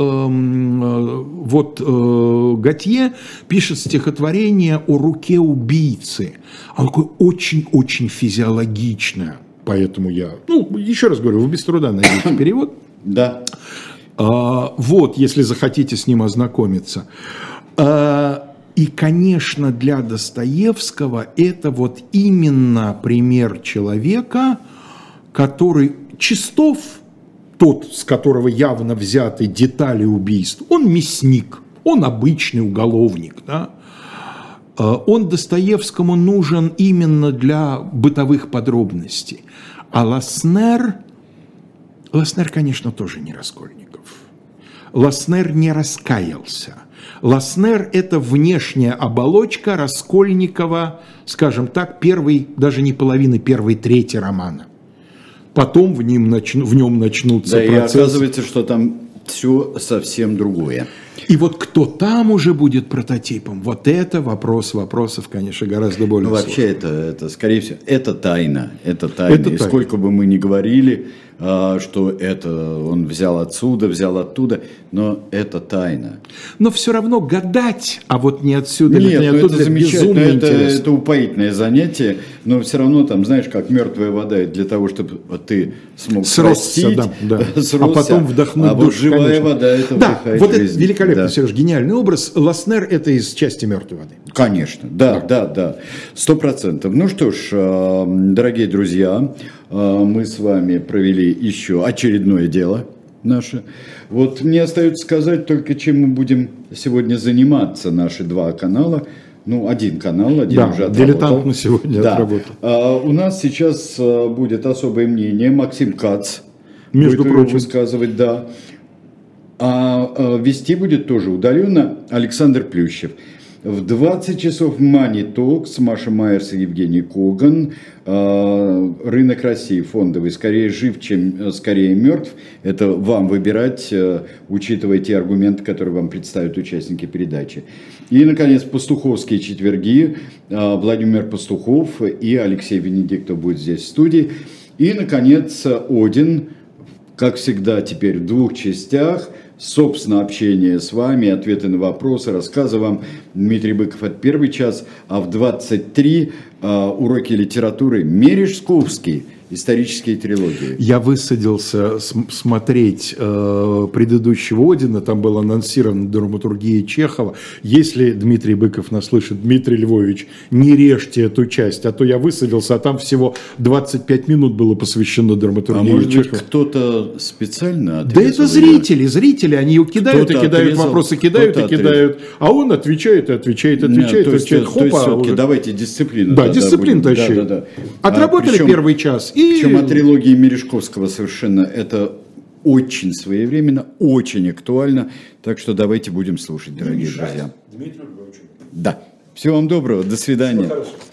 Speaker 2: Готье пишет стихотворение о руке убийцы, оно такое очень-очень физиологичное, поэтому я, еще раз говорю, вы без труда найдете перевод.
Speaker 1: Да.
Speaker 2: Вот, если захотите с ним ознакомиться. И, конечно, для Достоевского это вот именно пример человека, который Чистов, тот, с которого явно взяты детали убийств, он мясник, он обычный уголовник, да? Он Достоевскому нужен именно для бытовых подробностей. А Ласнер, конечно, тоже не Раскольников. Ласнер не раскаялся. Ласнер – это внешняя оболочка Раскольникова, скажем так, первой, даже не половины, первой трети романа. Потом в нем начнутся процессы.
Speaker 1: И оказывается, что там все совсем другое.
Speaker 2: И вот кто там уже будет прототипом, вот это вопрос вопросов, конечно, гораздо более сложный.
Speaker 1: Вообще это, скорее всего, это тайна. И сколько бы мы ни говорили, что это он взял отсюда, взял оттуда, но это тайна.
Speaker 2: Но все равно гадать, а вот не отсюда,
Speaker 1: нет,
Speaker 2: не оттуда,
Speaker 1: это замечательно,
Speaker 2: это
Speaker 1: упоительное занятие, но все равно там, знаешь, как мертвая вода, для того, чтобы ты смог
Speaker 2: сросться,
Speaker 1: сросся,
Speaker 2: а потом вдохнуть
Speaker 1: душ. А вот живая конечно. Вода, это
Speaker 2: вдыхает вот жизнь. Это великолепно, Сереж, гениальный образ. Ласнер – это из части мертвой воды.
Speaker 1: Конечно, да, 100%. Ну что ж, дорогие друзья, мы с вами провели еще очередное дело наше. Вот мне остается сказать только, чем мы будем сегодня заниматься, наши 2 канала. Ну, один канал, один уже отработал.
Speaker 2: Дилетант на сегодня отработал.
Speaker 1: У нас сейчас будет особое мнение. Максим Кац
Speaker 2: между прочим
Speaker 1: высказывать, да. А вести будет тоже удаленно Александр Плющев. В 20 часов Money Talks Маша Майерс и Евгений Коган. Рынок России фондовый. Скорее жив, чем скорее мертв. Это вам выбирать, учитывая те аргументы, которые вам представят участники передачи. И, наконец, пастуховские четверги. Владимир Пастухов и Алексей Венедиктов будет здесь в студии. И, наконец, Один, как всегда, теперь в 2 частях. Собственно, общение с вами, ответы на вопросы, рассказы вам. Дмитрий Быков – это 1 час, а в 23 уроки литературы Мережковский исторические трилогии.
Speaker 2: Я высадился смотреть предыдущего Одина, там была анонсирована драматургия Чехова. Если Дмитрий Быков нас слышит, Дмитрий Львович, не режьте эту часть, а то я высадился, а там всего 25 минут было посвящено драматургии
Speaker 1: может
Speaker 2: Чехова.
Speaker 1: быть, кто-то специально
Speaker 2: Да это зрители, они ее кидают и кидают вопросы, кидают и кидают, а он отвечает и отвечает, отвечает,
Speaker 1: хопа. Давайте дисциплину.
Speaker 2: Да, дисциплину тащи. Отработали первый час.
Speaker 1: Причем о трилогии Мережковского совершенно это очень своевременно, очень актуально. Так что давайте будем слушать, дорогие друзья.
Speaker 2: Дмитрию Львовичу.
Speaker 1: Да. Всего вам доброго. До свидания.